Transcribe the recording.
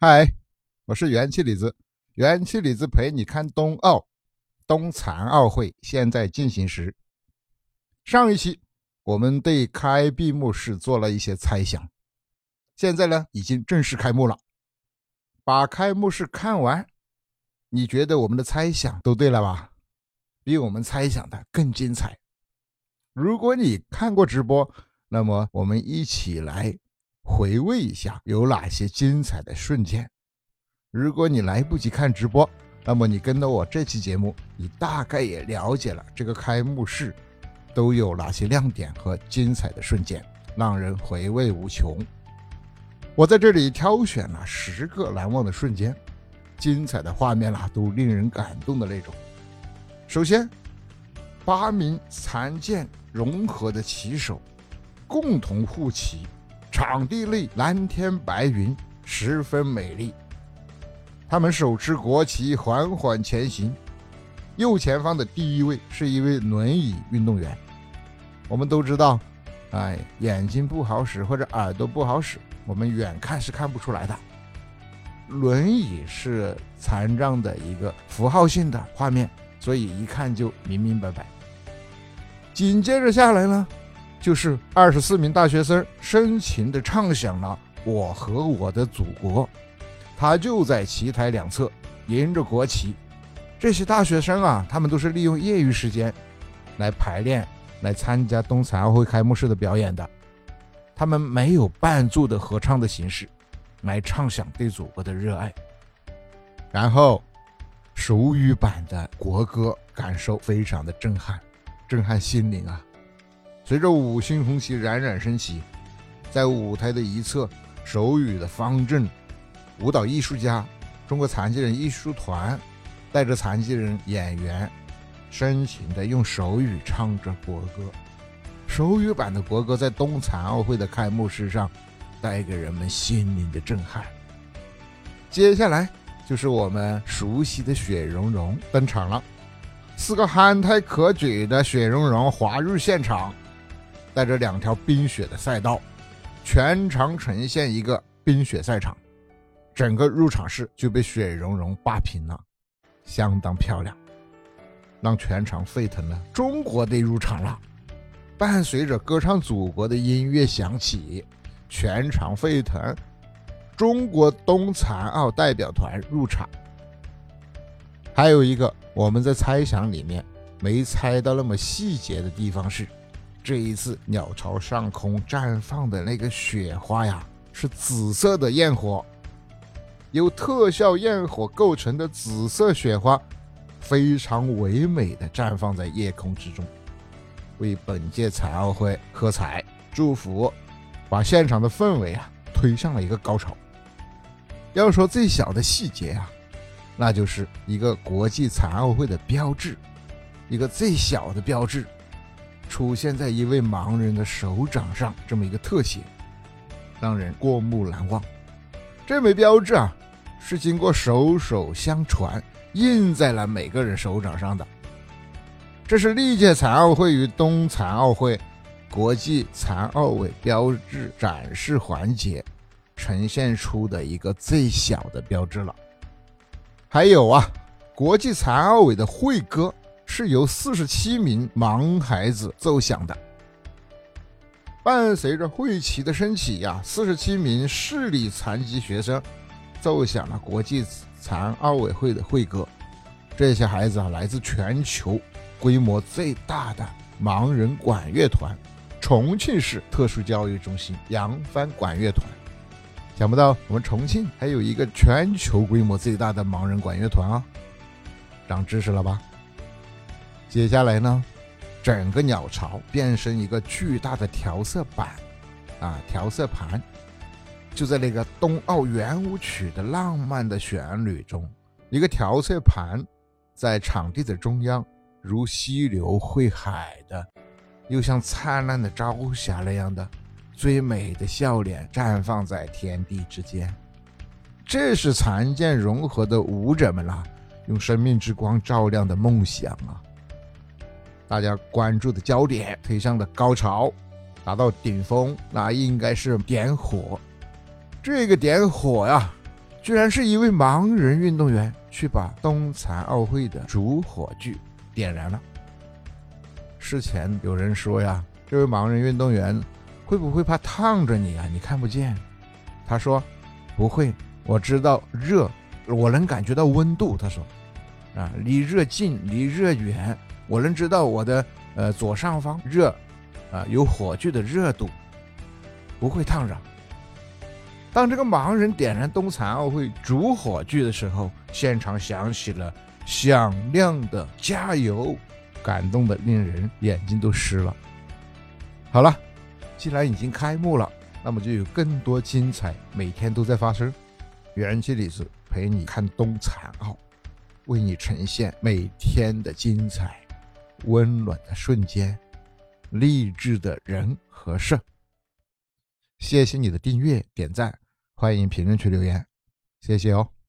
嗨，我是元气李子，元气李子陪你看冬残奥会现在进行时。上一期我们对开闭幕式做了一些猜想，现在呢已经正式开幕了。把开幕式看完，你觉得我们的猜想都对了吧？比我们猜想的更精彩。如果你看过直播，那么我们一起来回味一下有哪些精彩的瞬间。如果你来不及看直播，那么你跟着我这期节目，你大概也了解了这个开幕式都有哪些亮点和精彩的瞬间，让人回味无穷。我在这里挑选了10个难忘的瞬间，精彩的画面都令人感动的那种。首先，8名残健融合的旗手共同护旗，场地内蓝天白云，十分美丽。他们手持国旗缓缓前行，右前方的第一位是一位轮椅运动员。我们都知道，眼睛不好使或者耳朵不好使，我们远看是看不出来的。轮椅是残障的一个符号性的画面，所以一看就明明白白。紧接着下来呢，就是24名大学生深情地唱响了我和我的祖国。他就在旗台两侧迎着国旗。这些大学生他们都是利用业余时间来排练，来参加冬残奥会开幕式的表演的。他们没有伴奏的合唱的形式，来唱响对祖国的热爱。然后手语版的国歌感受非常的震撼心灵啊！随着5星红旗冉冉升起，在舞台的一侧，手语的方阵舞蹈艺术家、中国残疾人艺术团带着残疾人演员深情地用手语唱着国歌。手语版的国歌在冬残奥会的开幕式上带给人们心灵的震撼。接下来就是我们熟悉的雪融融登场了。4个憨态可掬的雪融融滑入现场，带着2条冰雪的赛道，全场呈现一个冰雪赛场。整个入场式就被雪融融霸屏了，相当漂亮，让全场沸腾了。中国队入场了，伴随着歌唱祖国的音乐响起，全场沸腾。中国冬残奥代表团入场。还有一个我们在猜想里面没猜到那么细节的地方是，这一次鸟巢上空绽放的那个雪花是紫色的焰火，由特效焰火构成的紫色雪花非常唯美的绽放在夜空之中，为本届残奥会喝彩祝福，把现场的氛围推向了一个高潮。要说最小的细节那就是一个国际残奥会的标志，一个最小的标志出现在一位盲人的手掌上，这么一个特写让人过目难忘。这枚标志是经过手相传印在了每个人手掌上的。这是历届残奥会与冬残奥会国际残奥委标志展示环节呈现出的一个最小的标志了。还有国际残奥委的会歌是由47名盲孩子奏响的。伴随着会旗的升起47名视力残疾学生奏响了国际残奥委会的会歌。这些孩子来自全球规模最大的盲人管乐团重庆市特殊教育中心扬帆管乐团。想不到我们重庆还有一个全球规模最大的盲人管乐团长知识了吧？接下来呢，整个鸟巢变成一个巨大的调色板调色盘，就在那个冬奥圆舞曲的浪漫的旋律中，一个调色盘在场地的中央，如溪流汇海的，又像灿烂的朝霞那样的最美的笑脸绽放在天地之间。这是残健融合的舞者们用生命之光照亮的梦想大家关注的焦点推向了高潮，达到顶峰，那应该是点火。这个点火居然是一位盲人运动员去把冬残奥会的主火炬点燃了。事前有人说呀，这位盲人运动员会不会怕烫着你啊？你看不见。他说不会，我知道热，我能感觉到温度。他说离热近离热远，我能知道我的左上方热有火炬的热度，不会烫着。当这个盲人点燃冬残奥会主火炬的时候，现场响起了响亮的加油，感动的令人眼睛都湿了。好了，既然已经开幕了，那么就有更多精彩每天都在发生。元气李子陪你看冬残奥，为你呈现每天的精彩，温暖的瞬间，励志的人和事。谢谢你的订阅点赞，欢迎评论区留言，谢谢哦。